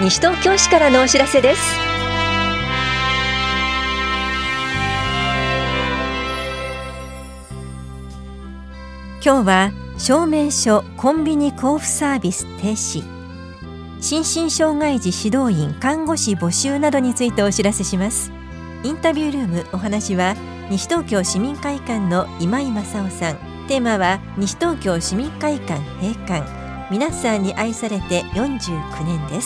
西東京市からのお知らせです。今日は証明書コンビニ交付サービス停止、心身障害児指導員看護師募集などについてお知らせします。インタビュールーム、お話は西東京市民会館の今井正夫さん。テーマは西東京市民会館閉館、皆さんに愛されて49年です。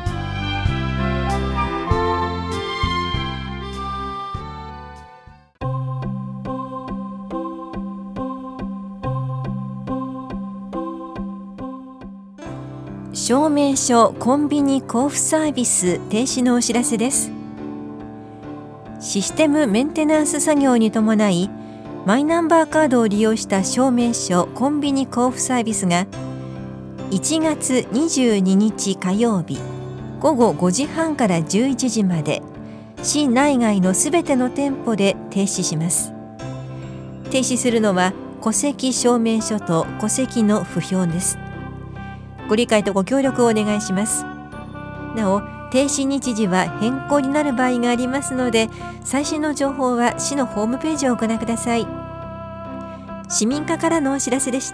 証明書コンビニ交付サービス停止のお知らせです。システムメンテナンス作業に伴い、マイナンバーカードを利用した証明書コンビニ交付サービスが1月22日火曜日午後5時半から11時まで市内外のすべての店舗で停止します。停止するのは戸籍証明書と戸籍の不評です。ご理解とご協力をお願いします。なお、停止日時は変更になる場合がありますので、最新の情報は市のホームページをご覧ください。市民課からのお知らせでした。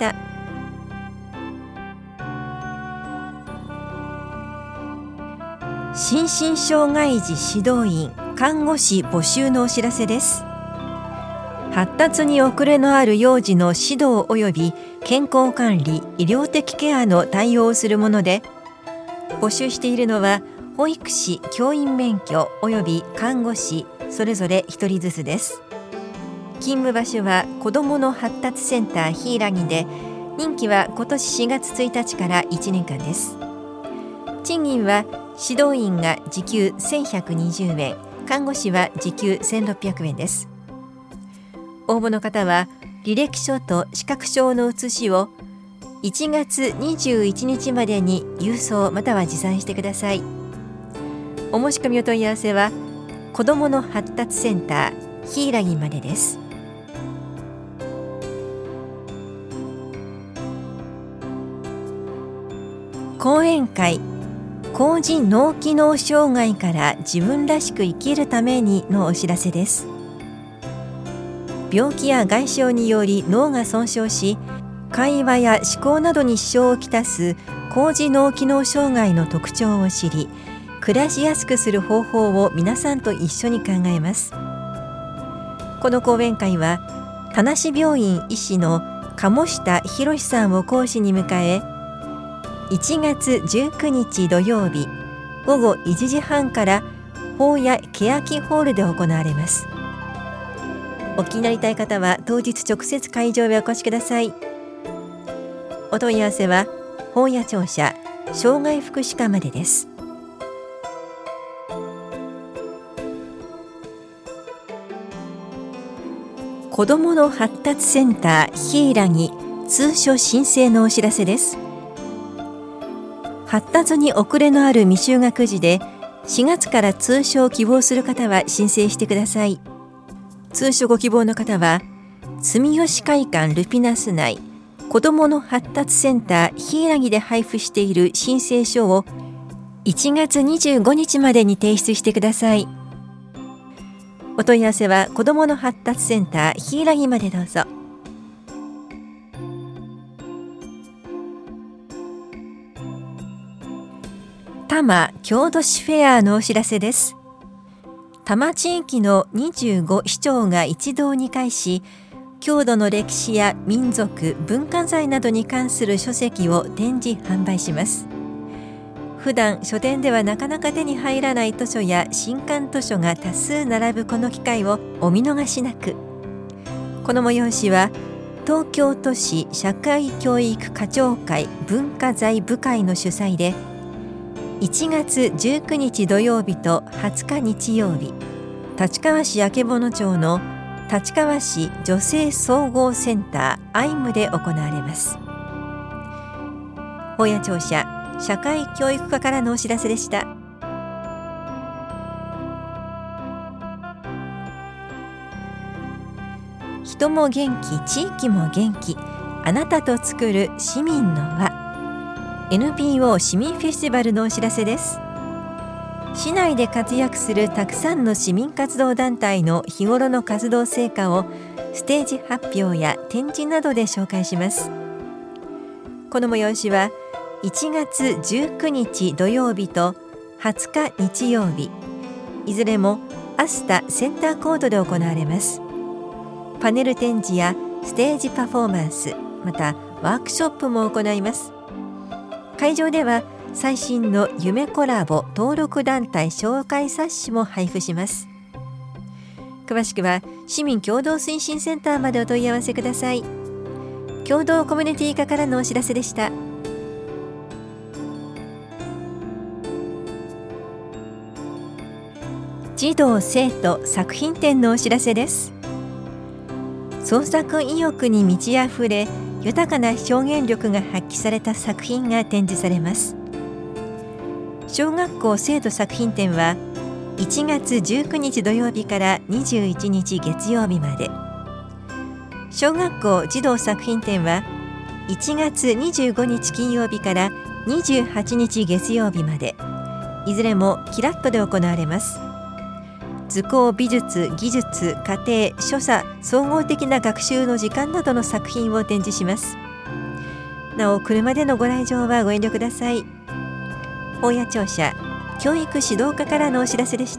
心身障害児指導員看護師募集のお知らせです。発達に遅れのある幼児の指導及び健康管理、医療的ケアの対応をするもので、募集しているのは保育士、教員免許及び看護師それぞれ1人ずつです。勤務場所は子どもの発達センターひいらぎで、任期は今年4月1日から1年間です。賃金は指導員が時給1120円、看護師は時給1600円です。応募の方は履歴書と資格証の写しを1月21日までに郵送または持参してください。お申し込みお問い合わせは子どもの発達センターひいらぎまでです。講演会、高次脳機能障害から自分らしく生きるためにのお知らせです。病気や外傷により脳が損傷し、会話や思考などに支障をきたす高次脳機能障害の特徴を知り、暮らしやすくする方法を皆さんと一緒に考えます。この講演会は田無病院医師の鴨下博さんを講師に迎え、1月19日土曜日午後1時半から法屋欅ホールで行われます。お気になりたい方は当日直接会場へお越しください。お問い合わせは法屋庁舎障害福祉課までです。子どもの発達センターひいらぎ通所申請のお知らせです。発達に遅れのある未就学児で4月から通所を希望する方は申請してください。通所ご希望の方は住吉会館ルピナス内子どもの発達センターひいらぎで配布している申請書を1月25日までに提出してください。お問い合わせは子どもの発達センターひいらぎまでどうぞ。多摩郷土史フェアのお知らせです。多摩地域の25市町が一堂に会し、郷土の歴史や民族文化財などに関する書籍を展示販売します。普段書店ではなかなか手に入らない図書や新刊図書が多数並ぶこの機会をお見逃しなく。この催しは東京都市社会教育課長会文化財部会の主催で、1月19日土曜日と20日日曜日、立川市曙町の立川市女性総合センターアイムで行われます。法屋庁舎社会教育課からのお知らせでした。人も元気、地域も元気、あなたと作る市民の輪。 NPO 市民フェスティバルのお知らせです。 市内で活躍するたくさんの市民活動団体の日頃の活動成果をステージ発表や展示などで紹介します。この催しは1月19日土曜日と20日日曜日、いずれもアスタセンターコートで行われます。パネル展示やステージパフォーマンス、またワークショップも行います。会場では最新の夢コラボ登録団体紹介冊子も配布します。詳しくは市民共同推進センターまでお問い合わせください。共同コミュニティ課からのお知らせでした。児童生徒作品展のお知らせです。創作意欲に満ち溢れ、豊かな表現力が発揮された作品が展示されます。小学校生徒作品展は1月19日土曜日から21日月曜日まで、小学校児童作品展は1月25日金曜日から28日月曜日まで、いずれもキラッとで行われます。図工、美術、技術、家庭、所作、総合的な学習の時間などの作品を展示します。なお、車でのご来場はご遠慮ください。大谷庁舎教育指導課からのお知らせでした。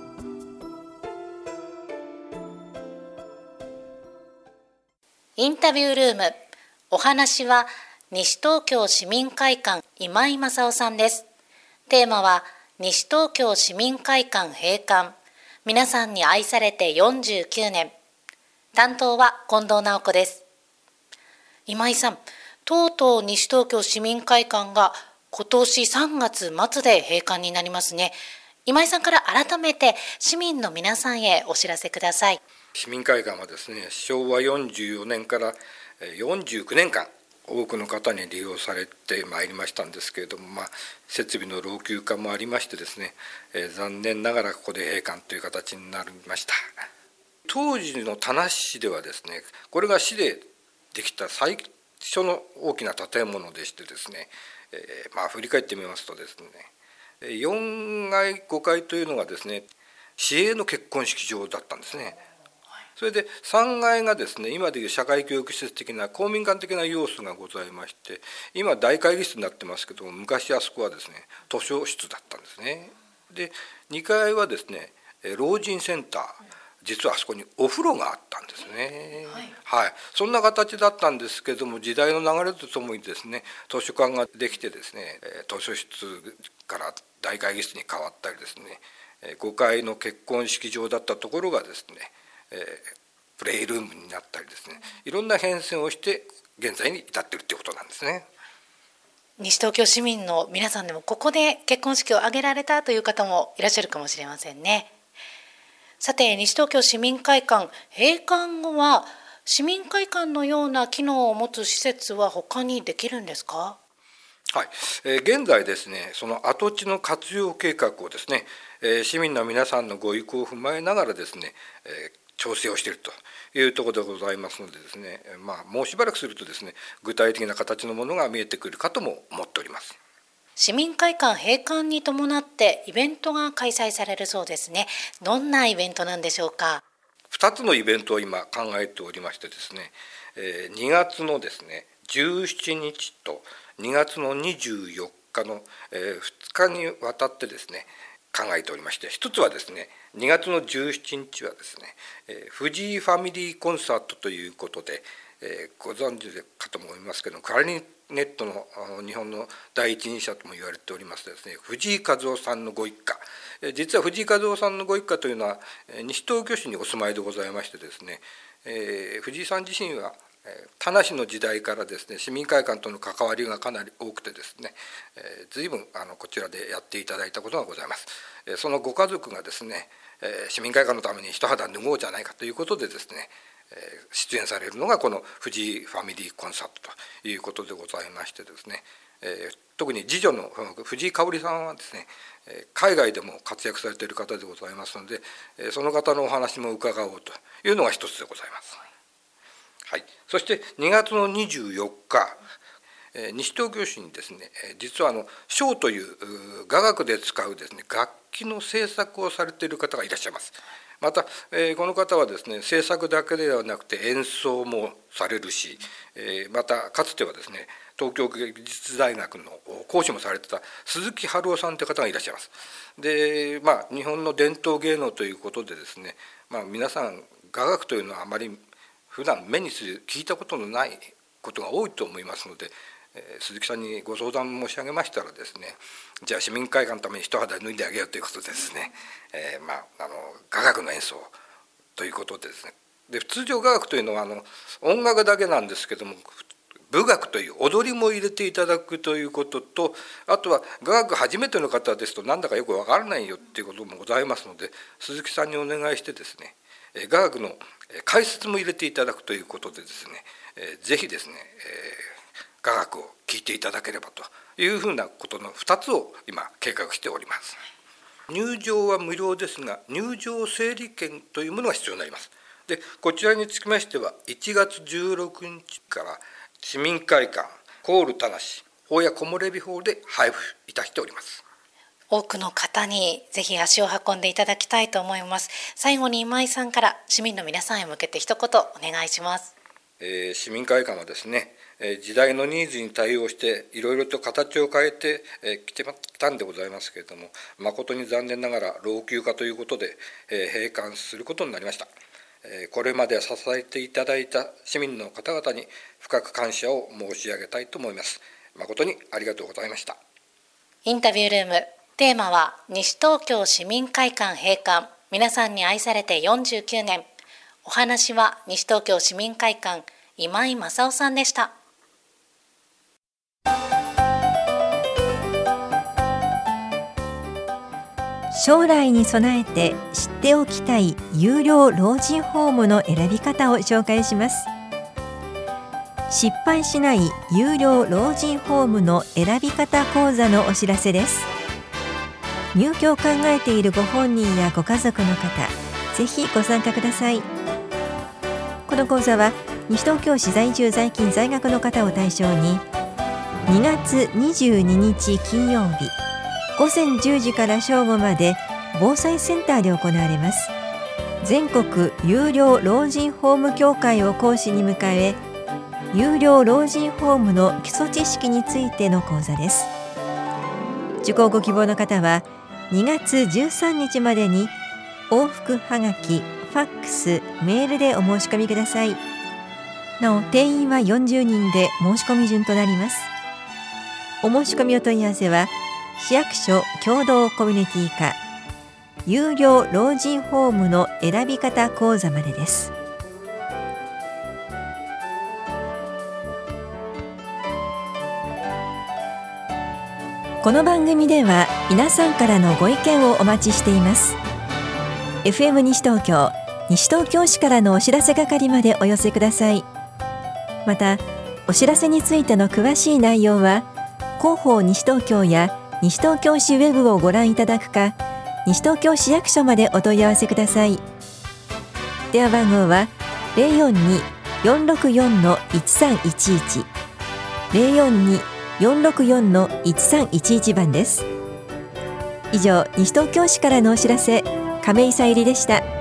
インタビュールーム、お話は西東京市民会館今井正夫さんです。テーマは西東京市民会館閉館、皆さんに愛されて49年。担当は近藤直子です。今井さん、とうとう西東京市民会館が今年3月末で閉館になりますね。今井さんから改めて市民の皆さんへお知らせください。 市民会館はですね、昭和44年から49年間多くの方に利用されてまいりましたんですけれども、設備の老朽化もありましてですね、残念ながらここで閉館という形になりました。当時の田無市ではですね、これが市でできた最初の大きな建物でしてですね、振り返ってみますとですね、4階5階というのがですね、市営の結婚式場だったんですね。それで3階がですね、今でいう社会教育施設的な公民館的な要素がございまして、今大会議室になってますけども、昔あそこはですね図書室だったんですね。で2階はですね老人センター、実はあそこにお風呂があったんですね。はい、そんな形だったんですけども、時代の流れとともにですね図書館ができてですね、図書室から大会議室に変わったりですね、5階の結婚式場だったところがですね、プレイルームになったりですね、いろんな変遷をして現在に至っているということなんですね。 西東京市民の皆さんでもここで結婚式を挙げられたという方もいらっしゃるかもしれませんね。さて、西東京市民会館閉館後は市民会館のような機能を持つ施設は他にできるんですか？ はい、現在ですね、その跡地の活用計画をですね、市民の皆さんのご意向を踏まえながらですね、調整をしているというところでございますのでですね、もうしばらくするとですね、具体的な形のものが見えてくるかとも思っております。 市民会館閉館に伴ってイベントが開催されるそうですね。どんなイベントなんでしょうか？ 2つのイベントを今考えておりましてですね、2月のですね17日と2月の24日の2日にわたってですね考えておりまして、一つはですね2月の17日はですね藤井ファミリーコンサートということで、ご存知かと思いますけど、クラリネットの日本の第一人者とも言われておりますですね、藤井風夫さんのご一家、実は藤井風夫さんのご一家というのは西東京市にお住まいでございましてですね、藤井さん自身は田無の時代からですね市民会館との関わりがかなり多くてですね、随分こちらでやっていただいたことがございます。そのご家族がですね、市民会館のために一肌脱ごうじゃないかということでですね、出演されるのがこの藤井ファミリーコンサートということでございましてですね、特に次女の藤井香織さんはですね海外でも活躍されている方でございますので、その方のお話も伺おうというのが一つでございます。はい、そして2月の24日、 西東京市にですね、実は笙という雅楽で使うですね、楽器の制作をされている方がいらっしゃいます。また、この方はですね、制作だけではなくて演奏もされるし、またかつてはですね、東京芸術大学の講師もされてた鈴木春夫さんという方がいらっしゃいます。で、日本の伝統芸能ということでですね、皆さん雅楽というのはあまり普段目にする聞いたことのないことが多いと思いますので、鈴木さんにご相談申し上げましたらですね、じゃあ市民会館のために一肌脱いであげようということでですね、雅楽の演奏ということでですね、で通常雅楽というのは音楽だけなんですけども、舞楽という踊りも入れていただくということと、あとは雅楽初めての方ですとなんだかよくわからないよっていうこともございますので、鈴木さんにお願いしてですね、雅楽の解説も入れていただくということでですね、ぜひですね、雅楽を聴いていただければというふうなことの2つを今計画しております。入場は無料ですが、入場整理券というものが必要になります。でこちらにつきましては1月16日から市民会館コール田無法屋木漏れ日ホールで配布いたしております。 多くの方にぜひ足を運んでいただきたいと思います。最後に今井さんから市民の皆さんへ向けて一言お願いします。 市民会館はですね、時代のニーズに対応していろいろと形を変えてきてたんでございますけれども、誠に残念ながら老朽化ということで閉館することになりました。これまで支えていただいた市民の方々に深く感謝を申し上げたいと思います。誠にありがとうございました。 インタビュールーム、テーマは西東京市民会館閉館、皆さんに愛されて49年。お話は西東京市民会館今井正夫さんでした。 将来に備えて知っておきたい有料老人ホームの選び方を紹介します。失敗しない有料老人ホームの選び方講座のお知らせです。入居を考えているご本人やご家族の方、ぜひご参加ください。この講座は西東京市在住在勤在学の方を対象に2月22日金曜日午前10時から正午まで防災センターで行われます。全国有料老人ホーム協会を講師に迎え、有料老人ホームの基礎知識についての講座です。受講ご希望の方は2月13日までに往復はがき、ファックス、メールでお申し込みください。なお定員は40人で申し込み順となります。お申し込みお問い合わせは市役所共同コミュニティ課有料老人ホームの選び方講座までです。この番組では皆さんからのご意見をお待ちしています。 FM 西東京、西東京市からのお知らせ係までお寄せください。またお知らせについての詳しい内容は広報西東京や西東京市ウェブをご覧いただくか、西東京市役所までお問い合わせください。電話番号は 042-464-1311 042-464-1311 番です。以上、西東京市からのお知らせ、亀井さゆりでした。